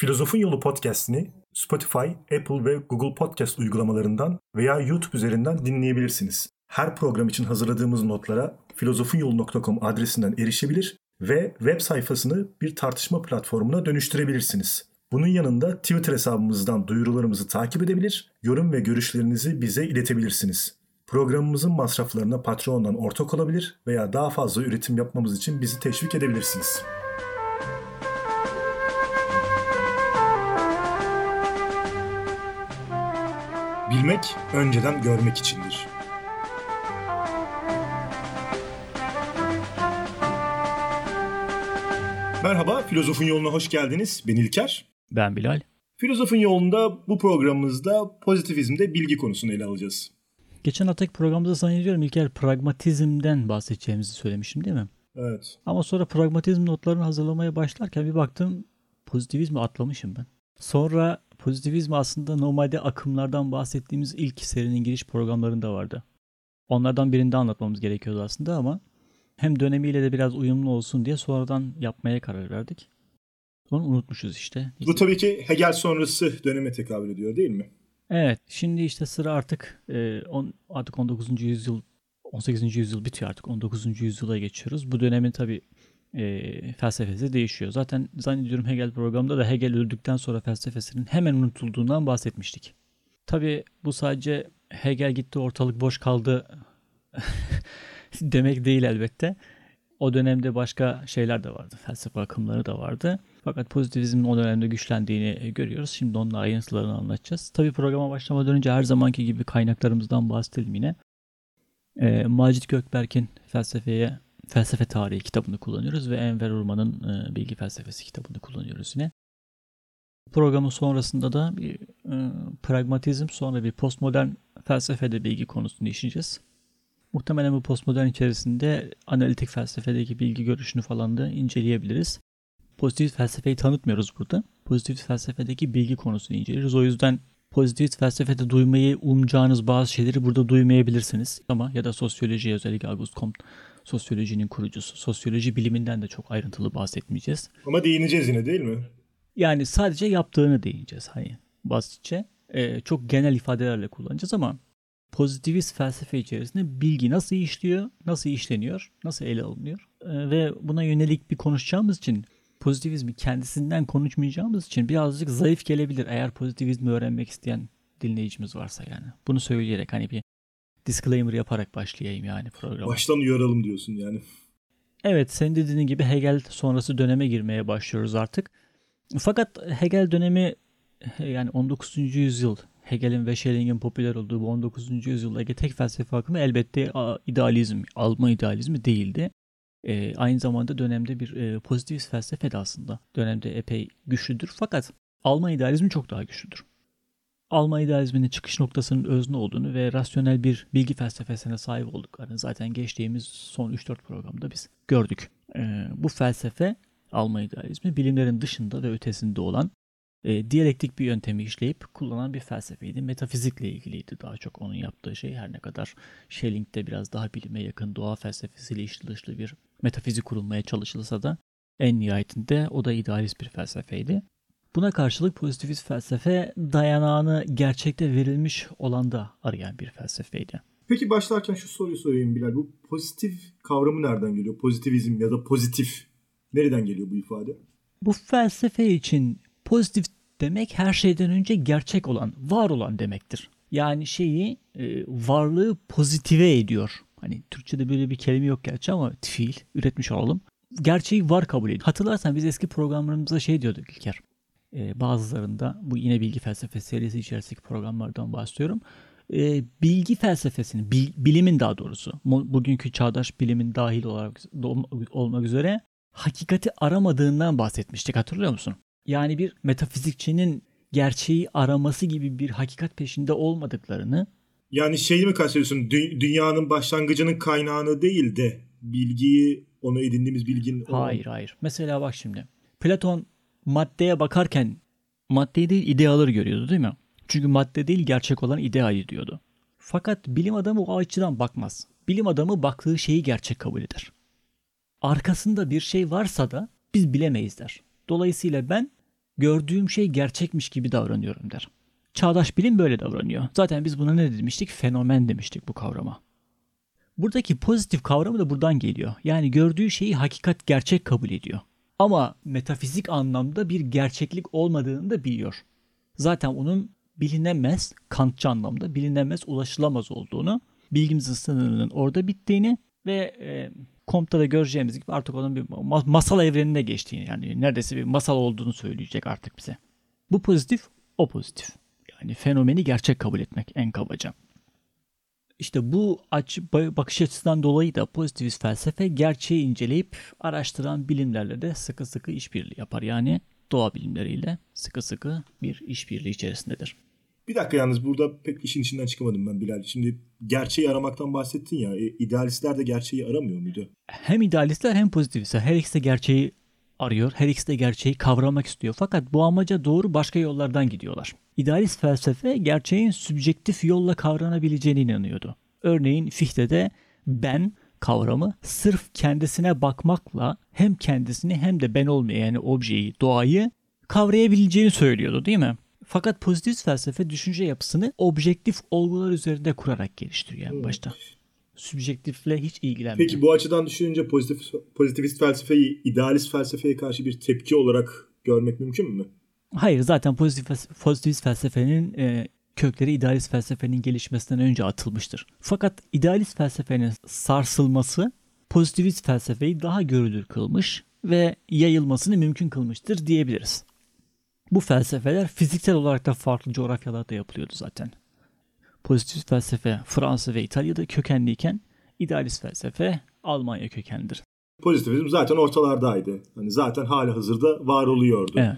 Filozofun Yolu podcast'ini Spotify, Apple ve Google Podcast uygulamalarından veya YouTube üzerinden dinleyebilirsiniz. Her program için hazırladığımız notlara filozofunyolu.com adresinden erişebilir ve web sayfasını bir tartışma platformuna dönüştürebilirsiniz. Bunun yanında Twitter hesabımızdan duyurularımızı takip edebilir, yorum ve görüşlerinizi bize iletebilirsiniz. Programımızın masraflarına Patreon'dan ortak olabilir veya daha fazla üretim yapmamız için bizi teşvik edebilirsiniz. Bilmek, önceden görmek içindir. Merhaba, Filozofun Yolu'na hoş geldiniz. Ben İlker. Ben Bilal. Filozofun Yolu'nda bu programımızda pozitivizmde bilgi konusunu ele alacağız. Geçen haftaki programımızda zannediyorum İlker pragmatizmden bahsedeceğimizi söylemişim değil mi? Evet. Ama sonra pragmatizm notlarını hazırlamaya başlarken bir baktım pozitivizmi atlamışım ben. Sonra pozitivizm aslında normalde akımlardan bahsettiğimiz ilk serinin giriş programlarında vardı. Onlardan birinde anlatmamız gerekiyordu aslında ama hem dönemiyle de biraz uyumlu olsun diye sonradan yapmaya karar verdik. Onu unutmuşuz işte. Bu tabii ki Hegel sonrası döneme tekabül ediyor değil mi? Evet. Şimdi işte sıra artık 19. yüzyıl, 18. yüzyıl bitiyor artık. 19. yüzyıla geçiyoruz. Bu dönemin tabii felsefesi değişiyor. Zaten zannediyorum Hegel programında da Hegel öldükten sonra felsefesinin hemen unutulduğundan bahsetmiştik. Tabii bu sadece Hegel gitti ortalık boş kaldı demek değil elbette. O dönemde başka şeyler de vardı. Felsefe akımları da vardı. Fakat pozitivizmin o dönemde güçlendiğini görüyoruz. Şimdi onun ayrıntılarını anlatacağız. Tabii programa başlamadan önce her zamanki gibi kaynaklarımızdan bahsedelim yine. Macit Gökberk'in Felsefe Tarihi kitabını kullanıyoruz ve Enver Urman'ın Bilgi Felsefesi kitabını kullanıyoruz yine. Programın sonrasında da bir pragmatizm, sonra bir postmodern felsefede bilgi konusunu işleyeceğiz. Muhtemelen bu postmodern içerisinde analitik felsefedeki bilgi görüşünü falan da inceleyebiliriz. Pozitivist felsefeyi tanıtmıyoruz burada. Pozitivist felsefedeki bilgi konusunu inceliyoruz. O yüzden pozitivist felsefede duymayı umacağınız bazı şeyleri burada duymayabilirsiniz. Ama ya da sosyoloji, özellikle Auguste Comte sosyolojinin kurucusu. Sosyoloji biliminden de çok ayrıntılı bahsetmeyeceğiz. Ama değineceğiz yine değil mi? Yani sadece yaptığını değineceğiz. Hani basitçe çok genel ifadelerle kullanacağız ama pozitivist felsefe içerisinde bilgi nasıl işliyor, nasıl işleniyor, nasıl ele alınıyor ve buna yönelik bir konuşacağımız için pozitivizmi kendisinden konuşmayacağımız için birazcık zayıf gelebilir eğer pozitivizmi öğrenmek isteyen dinleyicimiz varsa yani. Bunu söyleyerek hani bir disclaimer yaparak başlayayım yani programa. Baştan uyaralım diyorsun yani. Evet, senin dediğin gibi Hegel sonrası döneme girmeye başlıyoruz artık. Fakat Hegel dönemi yani 19. yüzyıl Hegel'in ve Schelling'in popüler olduğu bu 19. yüzyıldaki tek felsefe akımı elbette idealizm, Alman idealizmi değildi. Aynı zamanda dönemde bir pozitivist felsefe de aslında dönemde epey güçlüdür. Fakat Alman idealizmi çok daha güçlüdür. Alman idealizminin çıkış noktasının özne olduğunu ve rasyonel bir bilgi felsefesine sahip olduklarını zaten geçtiğimiz son 3-4 programda biz gördük. Bu felsefe Alman idealizmi bilimlerin dışında ve ötesinde olan diyalektik bir yöntemi işleyip kullanan bir felsefeydi. Metafizikle ilgiliydi daha çok onun yaptığı şey. Her ne kadar Schelling'de biraz daha bilime yakın doğa felsefesiyle içli dışlı bir metafizik kurulmaya çalışılsa da en nihayetinde o da idealist bir felsefeydi. Buna karşılık pozitivist felsefe dayanağını gerçekte verilmiş olanda arayan bir felsefeydi. Peki başlarken şu soruyu sorayım Bilal. Bu pozitif kavramı nereden geliyor? Pozitivizm ya da pozitif nereden geliyor bu ifade? Bu felsefe için pozitif demek her şeyden önce gerçek olan, var olan demektir. Yani varlığı pozitive ediyor. Hani Türkçe'de böyle bir kelime yok gerçi ama fiil üretmiş olalım. Gerçeği var kabul ediyor. Hatırlarsan biz eski programlarımızda diyorduk İlker. Bazılarında bu yine bilgi felsefesi serisi içerisindeki programlardan bahsediyorum. Bilgi felsefesinin, bilimin daha doğrusu bugünkü çağdaş bilimin dahil olarak olmak üzere hakikati aramadığından bahsetmiştik, hatırlıyor musun? Yani bir metafizikçinin gerçeği araması gibi bir hakikat peşinde olmadıklarını. Yani mi kastediyorsun? Dünyanın başlangıcının kaynağını değil de bilgiyi, onu edindiğimiz bilginin... Hayır. Mesela bak şimdi. Platon maddeye bakarken maddeyi değil ideaları görüyordu değil mi? Çünkü madde değil gerçek olan ideali diyordu. Fakat bilim adamı o açıdan bakmaz. Bilim adamı baktığı şeyi gerçek kabul eder. Arkasında bir şey varsa da biz bilemeyiz der. Dolayısıyla ben gördüğüm şey gerçekmiş gibi davranıyorum der. Çağdaş bilim böyle davranıyor. Zaten biz buna ne demiştik? Fenomen demiştik bu kavrama. Buradaki pozitif kavramı da buradan geliyor. Yani gördüğü şeyi hakikat, gerçek kabul ediyor. Ama metafizik anlamda bir gerçeklik olmadığını da biliyor. Zaten onun bilinemez, Kantçı anlamda bilinemez, ulaşılamaz olduğunu, bilgimizin sınırının orada bittiğini ve Comte'da da göreceğimiz gibi artık onun bir masal evrenine geçtiğini, yani neredeyse bir masal olduğunu söyleyecek artık bize. Bu pozitif, o pozitif. Yani fenomeni gerçek kabul etmek en kabaca. İşte bu bakış açısından dolayı da pozitivist felsefe gerçeği inceleyip araştıran bilimlerle de sıkı sıkı işbirliği yapar. Yani doğa bilimleriyle sıkı sıkı bir işbirliği içerisindedir. Bir dakika, yalnız burada pek işin içinden çıkamadım ben Bilal. Şimdi gerçeği aramaktan bahsettin ya. İdealistler de gerçeği aramıyor muydu? Hem idealistler hem pozitivistler. Her ikisi de gerçeği arıyor. Her ikisi de gerçeği kavramak istiyor. Fakat bu amaca doğru başka yollardan gidiyorlar. İdealist felsefe gerçeğin sübjektif yolla kavranabileceğine inanıyordu. Örneğin Fichte'de ben kavramı sırf kendisine bakmakla hem kendisini hem de ben olmayan, yani objeyi, doğayı kavrayabileceğini söylüyordu, değil mi? Fakat pozitivist felsefe düşünce yapısını objektif olgular üzerinde kurarak geliştiriyor en başta. Sübjektifle hiç ilgilenmiyor. Peki bu açıdan düşününce pozitivist felsefeyi idealist felsefeye karşı bir tepki olarak görmek mümkün mü? Hayır, zaten pozitivist felsefenin kökleri idealist felsefenin gelişmesinden önce atılmıştır. Fakat idealist felsefenin sarsılması pozitivist felsefeyi daha görülür kılmış ve yayılmasını mümkün kılmıştır diyebiliriz. Bu felsefeler fiziksel olarak da farklı coğrafyalarda yapılıyordu zaten. Pozitivist felsefe Fransa ve İtalya'da kökenliyken idealist felsefe Almanya kökenlidir. Pozitivizm zaten ortalardaydı. Hani zaten hali hazırda var oluyordu. Evet.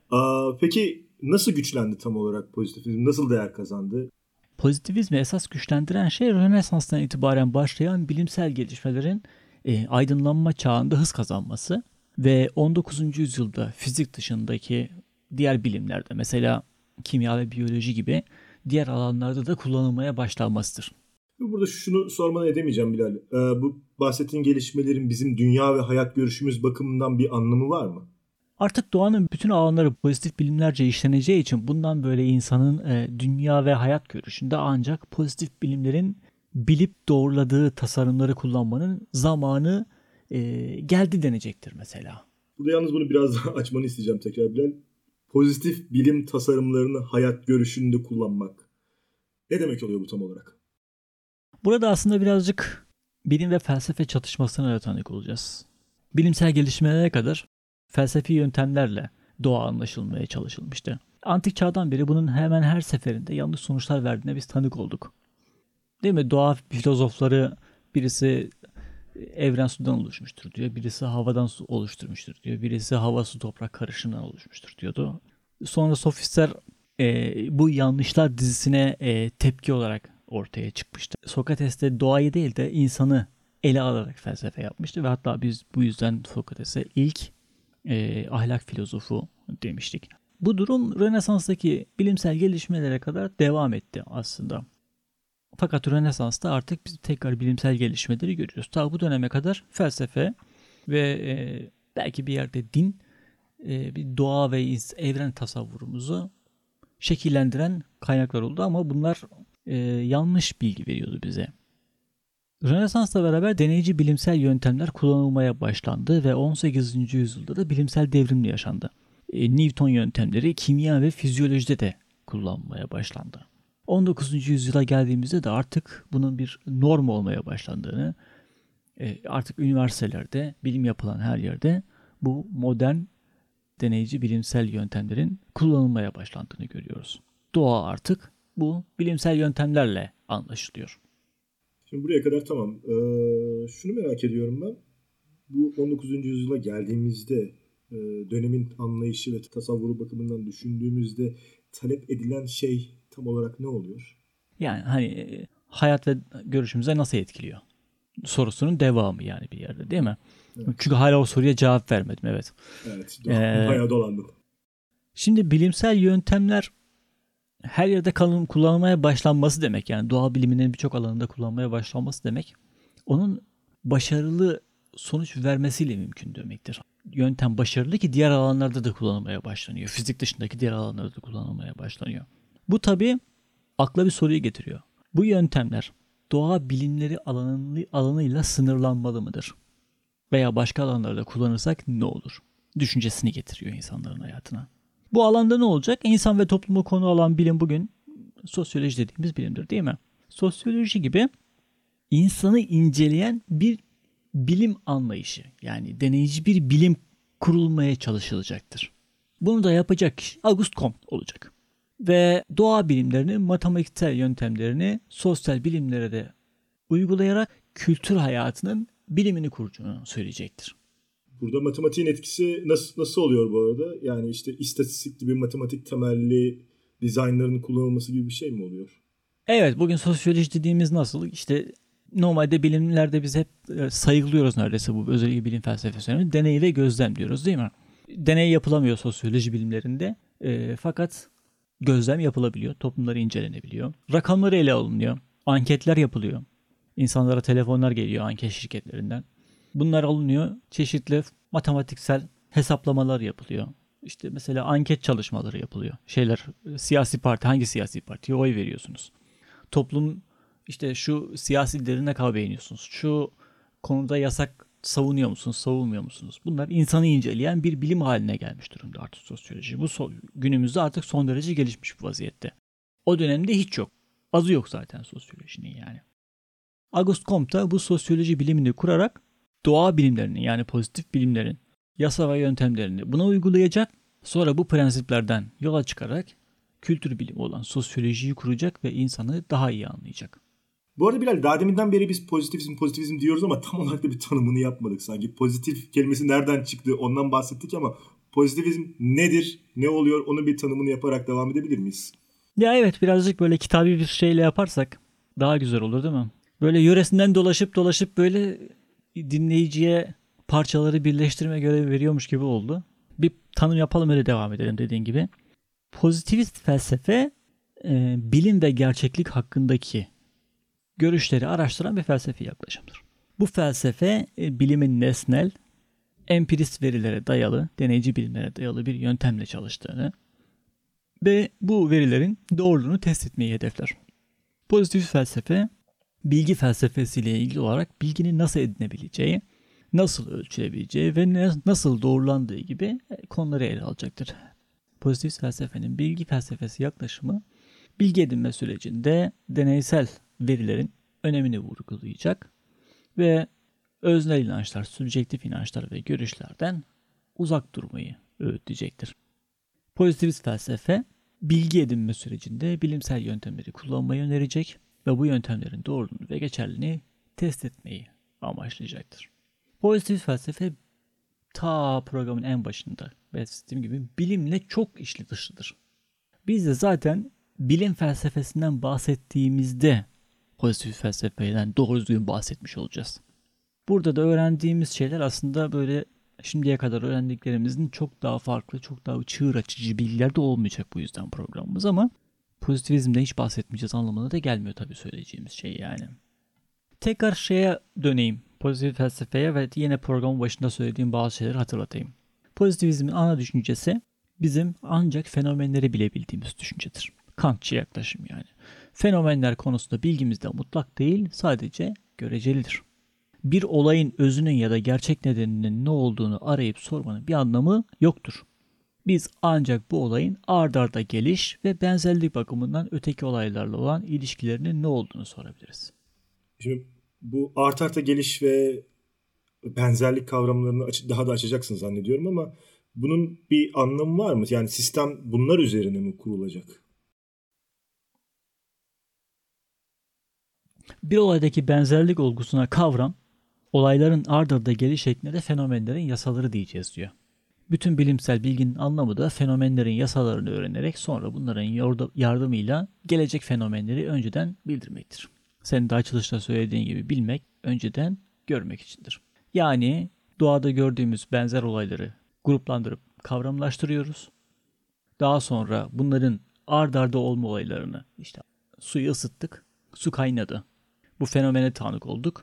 Peki nasıl güçlendi tam olarak pozitivizm? Nasıl değer kazandı? Pozitivizmi esas güçlendiren şey Rönesans'tan itibaren başlayan bilimsel gelişmelerin aydınlanma çağında hız kazanması ve 19. yüzyılda fizik dışındaki diğer bilimlerde, mesela kimya ve biyoloji gibi diğer alanlarda da kullanılmaya başlanmasıdır. Burada şunu sormadan edemeyeceğim Bilal. Bu bahsettiğin gelişmelerin bizim dünya ve hayat görüşümüz bakımından bir anlamı var mı? Artık doğanın bütün alanları pozitif bilimlerce işleneceği için bundan böyle insanın dünya ve hayat görüşünde ancak pozitif bilimlerin bilip doğruladığı tasarımları kullanmanın zamanı geldi denecektir mesela. Burada yalnız bunu biraz daha açmanı isteyeceğim tekrar Bilal. Pozitif bilim tasarımlarını hayat görüşünde kullanmak. Ne demek oluyor bu tam olarak? Burada aslında birazcık bilim ve felsefe çatışmasına da tanık olacağız. Bilimsel gelişmelere kadar felsefi yöntemlerle doğa anlaşılmaya çalışılmıştı. Antik çağdan beri bunun hemen her seferinde yanlış sonuçlar verdiğine biz tanık olduk. Değil mi? Doğa filozofları, birisi evren sudan oluşmuştur diyor, birisi havadan su oluşturmuştur diyor, birisi hava su toprak karışımından oluşmuştur diyordu. Sonra sofistler bu yanlışlar dizisine tepki olarak ortaya çıkmıştı. Sokrates de doğayı değil de insanı ele alarak felsefe yapmıştı ve hatta biz bu yüzden Sokrates'e ilk ahlak filozofu demiştik. Bu durum Rönesans'taki bilimsel gelişmelere kadar devam etti aslında. Fakat Rönesans'ta artık biz tekrar bilimsel gelişmeleri görüyoruz. Ta bu döneme kadar felsefe ve belki bir yerde din bir doğa ve evren tasavvurumuzu şekillendiren kaynaklar oldu ama bunlar yanlış bilgi veriyordu bize. Rönesans'la beraber deneyici bilimsel yöntemler kullanılmaya başlandı ve 18. yüzyılda da bilimsel devrim yaşandı. Newton yöntemleri kimya ve fizyolojide de kullanılmaya başlandı. 19. yüzyıla geldiğimizde de artık bunun bir norm olmaya başlandığını, artık üniversitelerde, bilim yapılan her yerde bu modern deneyici bilimsel yöntemlerin kullanılmaya başlandığını görüyoruz. Doğa artık bu bilimsel yöntemlerle anlaşılıyor. Şimdi buraya kadar tamam. Şunu merak ediyorum ben. Bu 19. yüzyıla geldiğimizde dönemin anlayışı ve tasavvuru bakımından düşündüğümüzde talep edilen şey tam olarak ne oluyor? Yani hani hayat ve görüşümüze nasıl etkiliyor? Sorusunun devamı yani bir yerde, değil mi? Evet. Çünkü hala o soruya cevap vermedim, evet. Evet, bayağı dolandım. Şimdi bilimsel yöntemler her yerde kullanılmaya başlanması demek, yani doğa biliminin birçok alanında kullanılmaya başlanması demek, onun başarılı sonuç vermesiyle mümkün demektir. yöntem başarılı ki diğer alanlarda da kullanılmaya başlanıyor. Fizik dışındaki diğer alanlarda da kullanılmaya başlanıyor. Bu tabii akla bir soruyu getiriyor. Bu yöntemler doğa bilimleri alanıyla sınırlanmalı mıdır? Veya başka alanlarda kullanırsak ne olur? Düşüncesini getiriyor insanların hayatına. Bu alanda ne olacak? İnsan ve toplumu konu alan bilim bugün sosyoloji dediğimiz bilimdir, değil mi? Sosyoloji gibi insanı inceleyen bir bilim anlayışı, yani deneyici bir bilim kurulmaya çalışılacaktır. Bunu da yapacak kişi Auguste Comte olacak. Ve doğa bilimlerini, matematiksel yöntemlerini sosyal bilimlere de uygulayarak kültür hayatının bilimini kuracağını söyleyecektir. Burada matematiğin etkisi nasıl oluyor bu arada? Yani işte istatistik gibi matematik temelli dizaynların kullanılması gibi bir şey mi oluyor? Evet, bugün sosyoloji dediğimiz nasıl? İşte normalde bilimlerde biz hep sayıklıyoruz neredeyse bu özellikle bilim felsefesi önemli. Deney ve gözlem diyoruz, değil mi? Deney yapılamıyor sosyoloji bilimlerinde. Fakat gözlem yapılabiliyor. Toplumları incelenebiliyor. Rakamları ele alınıyor. Anketler yapılıyor. İnsanlara telefonlar geliyor anket şirketlerinden. Bunlar alınıyor. Çeşitli matematiksel hesaplamalar yapılıyor. İşte mesela anket çalışmaları yapılıyor. Siyasi parti, hangi siyasi partiye oy veriyorsunuz? Toplum işte şu siyasi lideri ne kadar beğeniyorsunuz? Şu konuda yasak savunuyor musunuz, savunmuyor musunuz? Bunlar insanı inceleyen bir bilim haline gelmiş durumda artık sosyoloji. Bu günümüzde artık son derece gelişmiş bir vaziyette. O dönemde hiç yok. Azı yok zaten sosyolojinin yani. Auguste Comte da bu sosyoloji bilimini kurarak doğa bilimlerini, yani pozitif bilimlerin yasa ve yöntemlerini buna uygulayacak. Sonra bu prensiplerden yola çıkarak kültür bilimi olan sosyolojiyi kuracak ve insanı daha iyi anlayacak. Bu arada Bilal, daha deminden beri biz pozitivizm diyoruz ama tam olarak da bir tanımını yapmadık sanki. Pozitif kelimesi nereden çıktı ondan bahsettik ama pozitivizm nedir, ne oluyor, onun bir tanımını yaparak devam edebilir miyiz? Ya evet, birazcık böyle kitabi bir şeyle yaparsak daha güzel olur, değil mi? Böyle yöresinden dolaşıp böyle dinleyiciye parçaları birleştirme görevi veriyormuş gibi oldu. Bir tanım yapalım, öyle devam edelim dediğin gibi. Pozitivist felsefe bilim ve gerçeklik hakkındaki görüşleri araştıran bir felsefi yaklaşımdır. Bu felsefe bilimin nesnel, empirist verilere dayalı, deneyici bilimlere dayalı bir yöntemle çalıştığını ve bu verilerin doğruluğunu test etmeyi hedefler. Pozitif felsefe, bilgi felsefesiyle ilgili olarak bilginin nasıl edinebileceği, nasıl ölçülebileceği ve nasıl doğrulandığı gibi konuları ele alacaktır. Pozitif felsefenin bilgi felsefesi yaklaşımı, bilgi edinme sürecinde deneysel verilerin önemini vurgulayacak ve öznel inançlar, subjektif inançlar ve görüşlerden uzak durmayı öğütleyecektir. Pozitivist felsefe, bilgi edinme sürecinde bilimsel yöntemleri kullanmayı önerecek ve bu yöntemlerin doğruluğunu ve geçerliliğini test etmeyi amaçlayacaktır. Pozitivist felsefe ta programın en başında bahsettiğim gibi bilimle çok içli dışlıdır. Biz de zaten bilim felsefesinden bahsettiğimizde pozitif felsefeden doğru düzgün bahsetmiş olacağız. Burada da öğrendiğimiz şeyler aslında böyle şimdiye kadar öğrendiklerimizin çok daha farklı, çok daha çığır açıcı bilgiler de olmayacak bu yüzden programımız, ama pozitivizmden hiç bahsetmeyeceğiz anlamına da gelmiyor tabii söyleyeceğimiz şey yani. Tekrar şeye döneyim, pozitif felsefeye ve yine programın başında söylediğim bazı şeyleri hatırlatayım. Pozitivizmin ana düşüncesi bizim ancak fenomenleri bilebildiğimiz düşüncedir. Kantçı yaklaşım yani. Fenomenler konusunda bilgimiz de mutlak değil, sadece görecelidir. Bir olayın özünün ya da gerçek nedeninin ne olduğunu arayıp sormanın bir anlamı yoktur. Biz ancak bu olayın ard arda geliş ve benzerlik bakımından öteki olaylarla olan ilişkilerinin ne olduğunu sorabiliriz. Şimdi bu art arda geliş ve benzerlik kavramlarını daha da açacaksın zannediyorum ama bunun bir anlamı var mı? Yani sistem bunlar üzerine mi kurulacak? Bir olaydaki benzerlik olgusuna kavram, olayların ard arda geliş şeklinde de fenomenlerin yasaları diyeceğiz diyor. Bütün bilimsel bilginin anlamı da fenomenlerin yasalarını öğrenerek sonra bunların yardımıyla gelecek fenomenleri önceden bildirmektir. Senin de açılışta söylediğin gibi bilmek, önceden görmek içindir. Yani doğada gördüğümüz benzer olayları gruplandırıp kavramlaştırıyoruz. Daha sonra bunların ard arda olma olaylarını, işte suyu ısıttık, su kaynadı. Bu fenomene tanık olduk.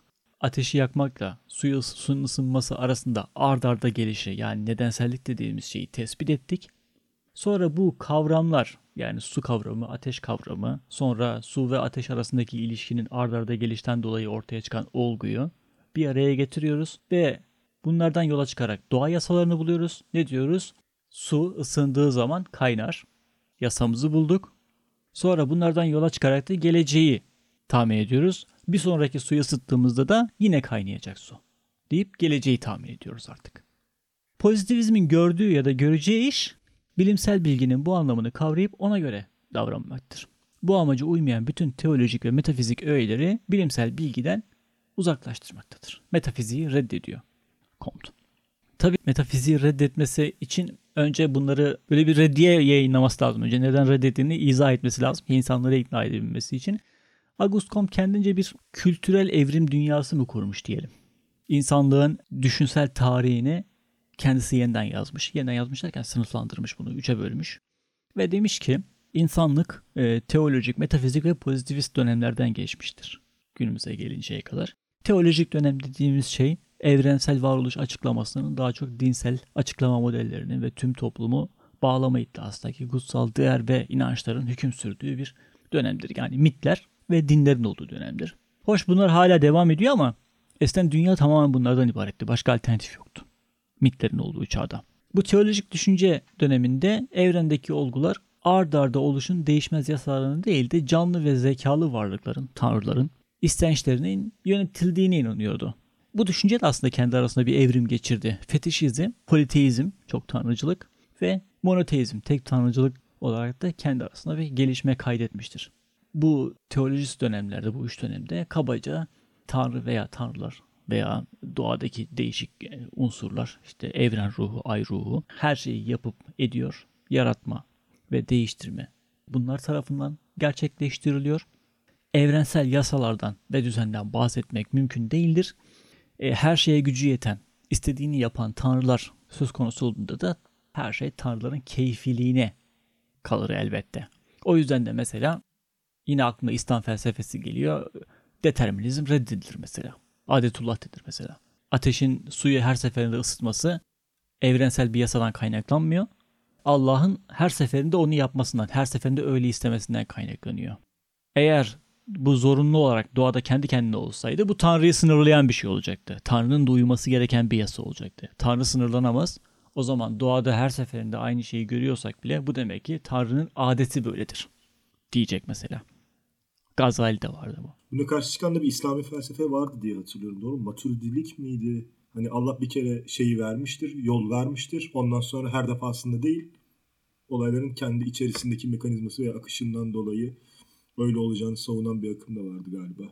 ateşi yakmakla suyun ısınması arasında ard arda gelişi, yani nedensellik dediğimiz şeyi tespit ettik. Sonra bu kavramlar, yani su kavramı, ateş kavramı, sonra su ve ateş arasındaki ilişkinin ard arda gelişten dolayı ortaya çıkan olguyu bir araya getiriyoruz ve bunlardan yola çıkarak doğa yasalarını buluyoruz. Ne diyoruz? Su ısındığı zaman kaynar. Yasamızı bulduk. Sonra bunlardan yola çıkarak da geleceği tahmin ediyoruz. Bir sonraki suyu ısıttığımızda da yine kaynayacak su deyip geleceği tahmin ediyoruz artık. Pozitivizmin gördüğü ya da göreceği iş, bilimsel bilginin bu anlamını kavrayıp ona göre davranmaktır. Bu amaca uymayan bütün teolojik ve metafizik öğeleri bilimsel bilgiden uzaklaştırmaktadır. Metafiziği reddediyor Comte. Tabii metafiziği reddetmesi için önce bunları böyle bir reddiye yayınlaması lazım. Önce neden reddettiğini izah etmesi lazım. İnsanları ikna edebilmesi için. Auguste Comte kendince bir kültürel evrim dünyası mı kurmuş diyelim. İnsanlığın düşünsel tarihini kendisi yeniden yazmış. Yeniden yazmış derken sınıflandırmış, bunu 3'e bölmüş. Ve demiş ki insanlık teolojik, metafizik ve pozitivist dönemlerden geçmiştir. Günümüze gelinceye kadar. Teolojik dönem dediğimiz şey evrensel varoluş açıklamasının daha çok dinsel açıklama modellerinin ve tüm toplumu bağlama iddiasındaki kutsal değer ve inançların hüküm sürdüğü bir dönemdir. Yani mitler ve dinlerin olduğu dönemdir. Hoş, bunlar hala devam ediyor ama eskiden dünya tamamen bunlardan ibaretti. Başka alternatif yoktu mitlerin olduğu çağda. Bu teolojik düşünce döneminde evrendeki olgular ard arda oluşun değişmez yasalarını değil de canlı ve zekalı varlıkların, tanrıların istençlerinin yönetildiğine inanıyordu. Bu düşünce de aslında kendi arasında bir evrim geçirdi. Fetişizm, politeizm, çok tanrıcılık ve monoteizm, tek tanrıcılık olarak da kendi arasında bir gelişme kaydetmiştir. Bu teolojik dönemlerde, bu 3 dönemde kabaca tanrı veya tanrılar veya doğadaki değişik unsurlar, işte evren ruhu, ay ruhu, her şeyi yapıp ediyor, yaratma ve değiştirme bunlar tarafından gerçekleştiriliyor. Evrensel yasalardan ve düzenden bahsetmek mümkün değildir. Her şeye gücü yeten, istediğini yapan tanrılar söz konusu olduğunda da her şey tanrıların keyfiliğine kalır elbette. O yüzden de mesela yine aklıma İslam felsefesi geliyor. Determinizm reddedilir mesela. Adetullah denir mesela. Ateşin suyu her seferinde ısıtması evrensel bir yasadan kaynaklanmıyor. Allah'ın her seferinde onu yapmasından, her seferinde öyle istemesinden kaynaklanıyor. Eğer bu zorunlu olarak doğada kendi kendine olsaydı bu Tanrı'yı sınırlayan bir şey olacaktı. Tanrı'nın da uyması gereken bir yasa olacaktı. Tanrı sınırlanamaz. O zaman doğada her seferinde aynı şeyi görüyorsak bile bu demek ki Tanrı'nın adeti böyledir diyecek mesela. Gazali'de vardı bu. Buna karşı çıkan da bir İslami felsefe vardı diye hatırlıyorum. Doğru mu? Maturidilik miydi? Hani Allah bir kere şeyi vermiştir, yol vermiştir. Ondan sonra her defasında değil, olayların kendi içerisindeki mekanizması ve akışından dolayı öyle olacağını savunan bir akım da vardı galiba.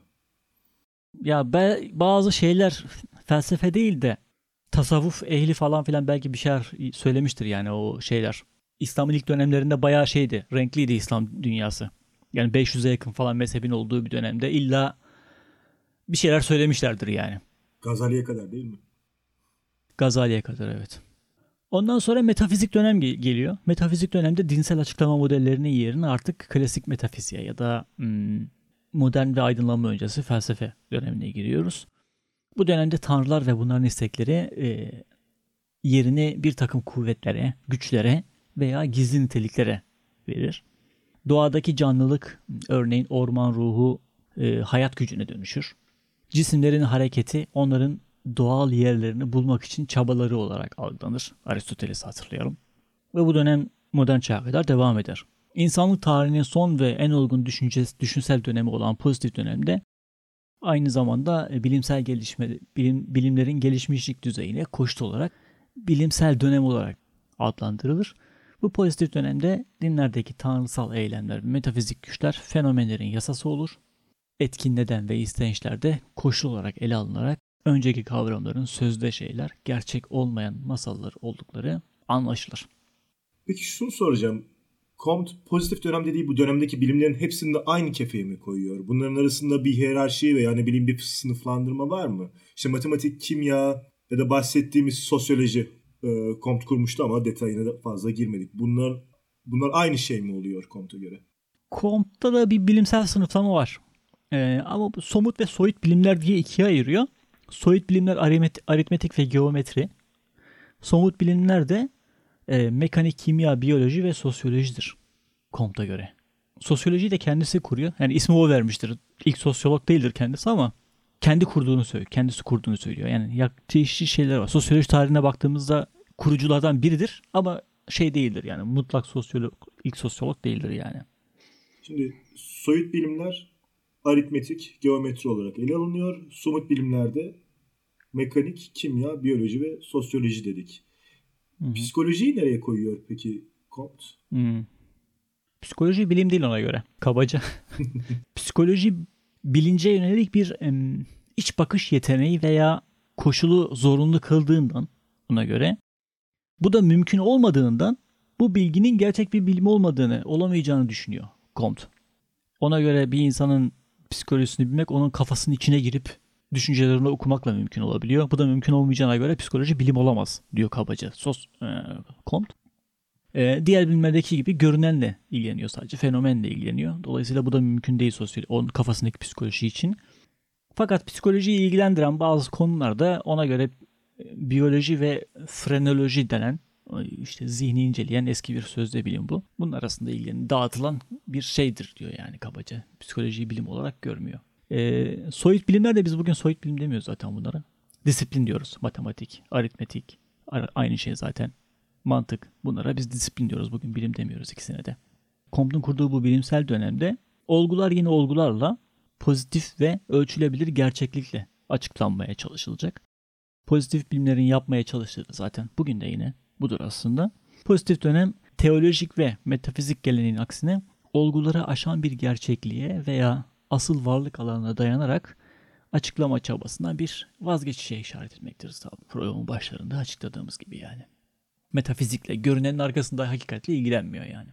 Ya bazı şeyler felsefe değil de tasavvuf ehli falan filan belki bir şeyler söylemiştir yani o şeyler. İslam'ın ilk dönemlerinde bayağı şeydi, renkliydi İslam dünyası. Yani 500'e yakın falan mezhebin olduğu bir dönemde illa bir şeyler söylemişlerdir yani. Gazali'ye kadar değil mi? Gazali'ye kadar, evet. Ondan sonra metafizik dönem geliyor. Metafizik dönemde dinsel açıklama modellerinin yerine artık klasik metafiziğe ya da modern ve aydınlanma öncesi felsefe dönemine giriyoruz. Bu dönemde tanrılar ve bunların istekleri yerini bir takım kuvvetlere, güçlere veya gizli niteliklere verir. Doğadaki canlılık, örneğin orman ruhu, hayat gücüne dönüşür. Cisimlerin hareketi onların doğal yerlerini bulmak için çabaları olarak algılanır. Aristoteles'i hatırlayalım. Ve bu dönem modern çağa kadar devam eder. İnsanlık tarihinin son ve en olgun düşünsel dönemi olan pozitif dönemde aynı zamanda bilimsel gelişme, bilimlerin gelişmişlik düzeyine koşut olarak bilimsel dönem olarak adlandırılır. Bu pozitif dönemde dinlerdeki tanrısal eylemler ve metafizik güçler fenomenlerin yasası olur. Etkin neden ve istençler de koşul olarak ele alınarak önceki kavramların sözde şeyler, gerçek olmayan masallar oldukları anlaşılır. Peki şunu soracağım. Comte pozitif dönem dediği bu dönemdeki bilimlerin hepsini de aynı kefeye mi koyuyor? Bunların arasında bir hiyerarşi ve yani bilim bir sınıflandırma var mı? İşte matematik, kimya ya da bahsettiğimiz sosyoloji Comte kurmuştu ama detayına da fazla girmedik. Bunlar aynı şey mi oluyor Comte'a göre? Comte'da da bir bilimsel sınıflama var. Ama somut ve soyut bilimler diye ikiye ayırıyor. Soyut bilimler aritmetik ve geometri. Somut bilimler de mekanik, kimya, biyoloji ve sosyolojidir Comte'a göre. Sosyolojiyi de kendisi kuruyor. Yani ismi o vermiştir. İlk sosyolog değildir kendisi ama kendisi kurduğunu söylüyor. Yani çeşitli şeyler var. Sosyoloji tarihine baktığımızda kuruculardan biridir ama değildir yani mutlak ilk sosyolog değildir yani. Şimdi soyut bilimler aritmetik, geometri olarak ele alınıyor. Somut bilimlerde mekanik, kimya, biyoloji ve sosyoloji dedik. Hı-hı. Psikolojiyi nereye koyuyor peki Comte? Psikoloji bilim değil ona göre. Kabaca. Psikoloji bilince yönelik bir iç bakış yeteneği veya koşulu zorunlu kıldığından ona göre, bu da mümkün olmadığından bu bilginin gerçek bir bilim olamayacağını düşünüyor Comte. Ona göre bir insanın psikolojisini bilmek onun kafasının içine girip düşüncelerini okumakla mümkün olabiliyor. Bu da mümkün olmayacağına göre psikoloji bilim olamaz diyor kabaca Comte. Diğer bilimlerdeki gibi görünenle ilgileniyor sadece. Fenomenle ilgileniyor. Dolayısıyla bu da mümkün değil onun kafasındaki psikoloji için. Fakat psikolojiyi ilgilendiren bazı konularda ona göre biyoloji ve frenoloji denen zihni inceleyen eski bir sözde bilim bu. Bunun arasında dağıtılan bir şeydir diyor yani kabaca. Psikolojiyi bilim olarak görmüyor. Soyut bilimler de biz bugün soyut bilim demiyoruz zaten bunlara. Disiplin diyoruz. Matematik, aritmetik aynı şey zaten. Mantık. Bunlara biz disiplin diyoruz. Bugün bilim demiyoruz ikisine de. Comte'un kurduğu bu bilimsel dönemde olgular yine olgularla pozitif ve ölçülebilir gerçeklikle açıklanmaya çalışılacak. Pozitif bilimlerin yapmaya çalıştığı da zaten bugün de yine budur aslında. Pozitif dönem teolojik ve metafizik geleneğin aksine olguları aşan bir gerçekliğe veya asıl varlık alanına dayanarak açıklama çabasına bir vazgeçişe işaret etmektir. Programın başlarında açıkladığımız gibi yani. Metafizikle, görünenin arkasında hakikatle ilgilenmiyor yani.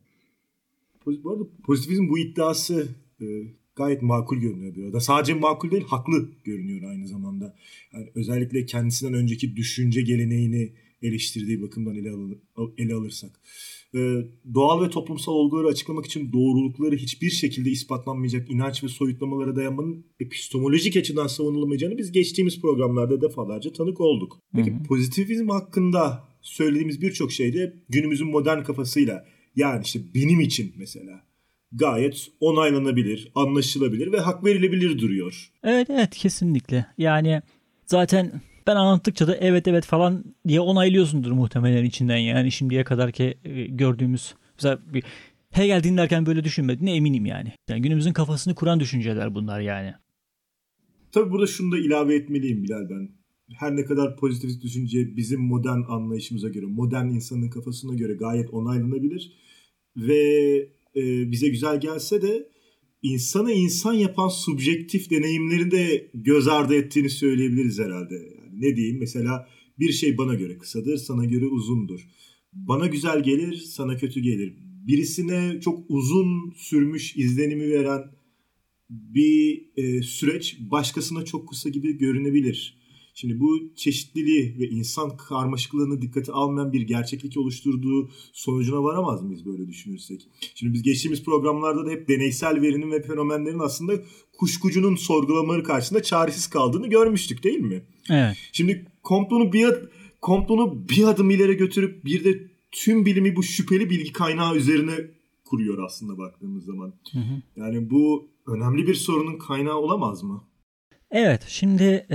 Bu arada pozitivizm bu iddiası gayet makul görünüyor bir arada. Sadece makul değil, haklı görünüyor aynı zamanda. Yani özellikle kendisinden önceki düşünce geleneğini eleştirdiği bakımdan ele alırsak. Doğal ve toplumsal olguları açıklamak için doğrulukları hiçbir şekilde ispatlanmayacak inanç ve soyutlamalara dayanmanın epistemolojik açıdan savunulamayacağını biz geçtiğimiz programlarda defalarca tanık olduk. Peki pozitivizm hakkında söylediğimiz birçok şeyde günümüzün modern kafasıyla, yani benim için mesela gayet onaylanabilir, anlaşılabilir ve hak verilebilir duruyor. Evet kesinlikle. Yani zaten ben anlattıkça da evet falan diye onaylıyorsundur muhtemelen içinden yani şimdiye kadarki gördüğümüz mesela Hegel dinlerken böyle düşünmediğine eminim yani. Yani günümüzün kafasını kuran düşünceler bunlar yani. Tabii burada şunu da ilave etmeliyim Bilal ben. Her ne kadar pozitivist düşünce bizim modern anlayışımıza göre, modern insanın kafasına göre gayet onaylanabilir ve bize güzel gelse de insanı insan yapan subjektif deneyimleri de göz ardı ettiğini söyleyebiliriz herhalde. Yani ne diyeyim? Mesela bir şey bana göre kısadır, sana göre uzundur. Bana güzel gelir, sana kötü gelir. Birisine çok uzun sürmüş izlenimi veren bir süreç başkasına çok kısa gibi görünebilir. Şimdi bu çeşitliliği ve insan karmaşıklığını dikkate almayan bir gerçeklik oluşturduğu sonucuna varamaz mıyız böyle düşünürsek? Şimdi biz geçtiğimiz programlarda da hep deneysel verinin ve fenomenlerin aslında kuşkucunun sorgulamaları karşısında çaresiz kaldığını görmüştük değil mi? Evet. Şimdi Comte'unu bir adım ileri götürüp bir de tüm bilimi bu şüpheli bilgi kaynağı üzerine kuruyor aslında baktığımız zaman. Yani bu önemli bir sorunun kaynağı olamaz mı? Evet, şimdi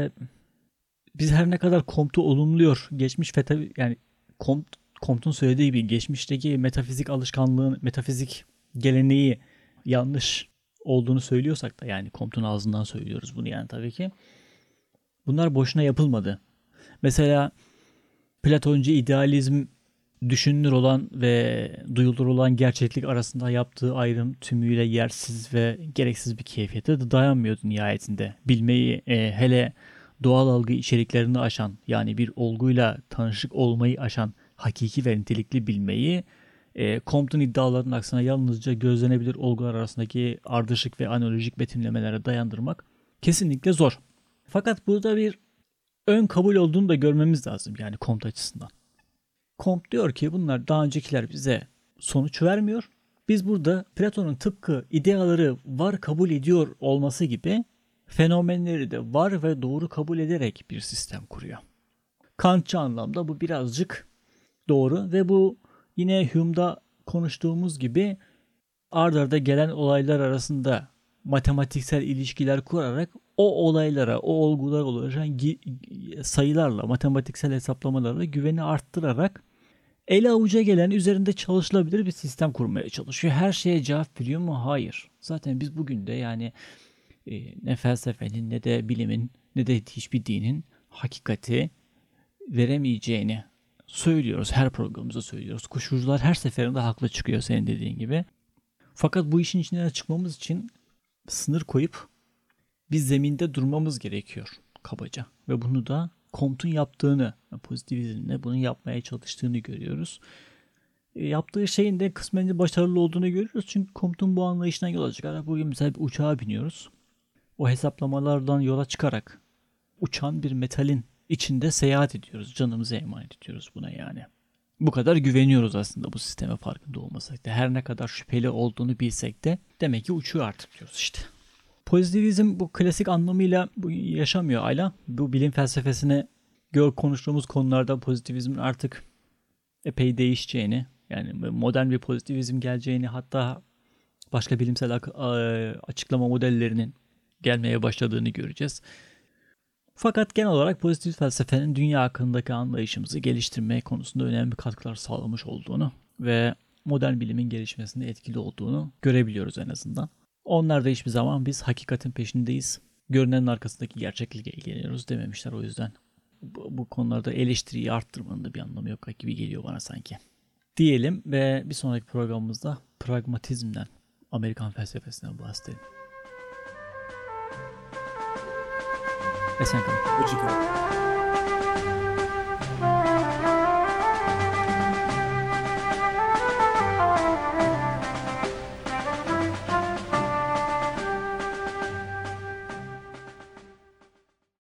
biz her ne kadar Comte'u olumluyor, yani Comte'un söylediği gibi geçmişteki metafizik alışkanlığın, metafizik geleneği yanlış olduğunu söylüyorsak da, yani Comte'un ağzından söylüyoruz bunu yani tabii ki. Bunlar boşuna yapılmadı. Mesela Platoncu idealizm düşünülür olan ve duyulur olan gerçeklik arasında yaptığı ayrım tümüyle yersiz ve gereksiz bir keyfiyete de dayanmıyordu nihayetinde. Bilmeyi hele doğal algı içeriklerini aşan, yani bir olguyla tanışık olmayı aşan hakiki ve nitelikli bilmeyi Comte'un iddialarının aksine yalnızca gözlenebilir olgular arasındaki ardışık ve analojik betimlemelere dayandırmak kesinlikle zor. Fakat burada bir ön kabul olduğunu da görmemiz lazım yani Comte açısından. Comte diyor ki bunlar daha öncekiler bize sonuç vermiyor. Biz burada Platon'un tıpkı ideaları var kabul ediyor olması gibi fenomenleri de var ve doğru kabul ederek bir sistem kuruyor. Kantçı anlamda bu birazcık doğru ve bu yine Hume'da konuştuğumuz gibi ard arda gelen olaylar arasında matematiksel ilişkiler kurarak o olaylara, o olgular oluşan sayılarla, matematiksel hesaplamalarla güveni arttırarak ele avuca gelen, üzerinde çalışılabilir bir sistem kurmaya çalışıyor. Her şeye cevap veriyor mu? Hayır. Zaten biz bugün de yani ne felsefenin, ne de bilimin, ne de hiçbir dinin hakikati veremeyeceğini söylüyoruz. Her programımızda söylüyoruz. Kuşkucular her seferinde haklı çıkıyor senin dediğin gibi. Fakat bu işin içinden çıkmamız için sınır koyup biz zeminde durmamız gerekiyor kabaca. Ve bunu da Comte'un yaptığını, pozitivizmle bunu yapmaya çalıştığını görüyoruz. Yaptığı şeyin de kısmen başarılı olduğunu görüyoruz. Çünkü Comte'un bu anlayışından yola çıkarak bugün mesela bir uçağa biniyoruz. O hesaplamalardan yola çıkarak uçan bir metalin içinde seyahat ediyoruz. Canımızı emanet ediyoruz buna yani. Bu kadar güveniyoruz aslında bu sisteme, farkında olmasak da. Her ne kadar şüpheli olduğunu bilsek de demek ki uçuyor artık diyoruz işte. Pozitivizm bu klasik anlamıyla bu yaşamıyor Ayla. Bu bilim felsefesine konuştuğumuz konularda pozitivizmin artık epey değişeceğini, yani modern bir pozitivizm geleceğini, hatta başka bilimsel açıklama modellerinin gelmeye başladığını göreceğiz. Fakat genel olarak pozitif felsefenin dünya hakkındaki anlayışımızı geliştirmeye konusunda önemli katkılar sağlamış olduğunu ve modern bilimin gelişmesinde etkili olduğunu görebiliyoruz en azından. Onlar da hiçbir zaman biz hakikatin peşindeyiz, görünenin arkasındaki gerçeklikle ilgileniyoruz dememişler. O yüzden bu konularda eleştiriyi arttırmanın da bir anlamı yok gibi geliyor bana sanki. Diyelim ve bir sonraki programımızda pragmatizmden, Amerikan felsefesinden bahsedelim. Esen kalın. Hoşçakalın.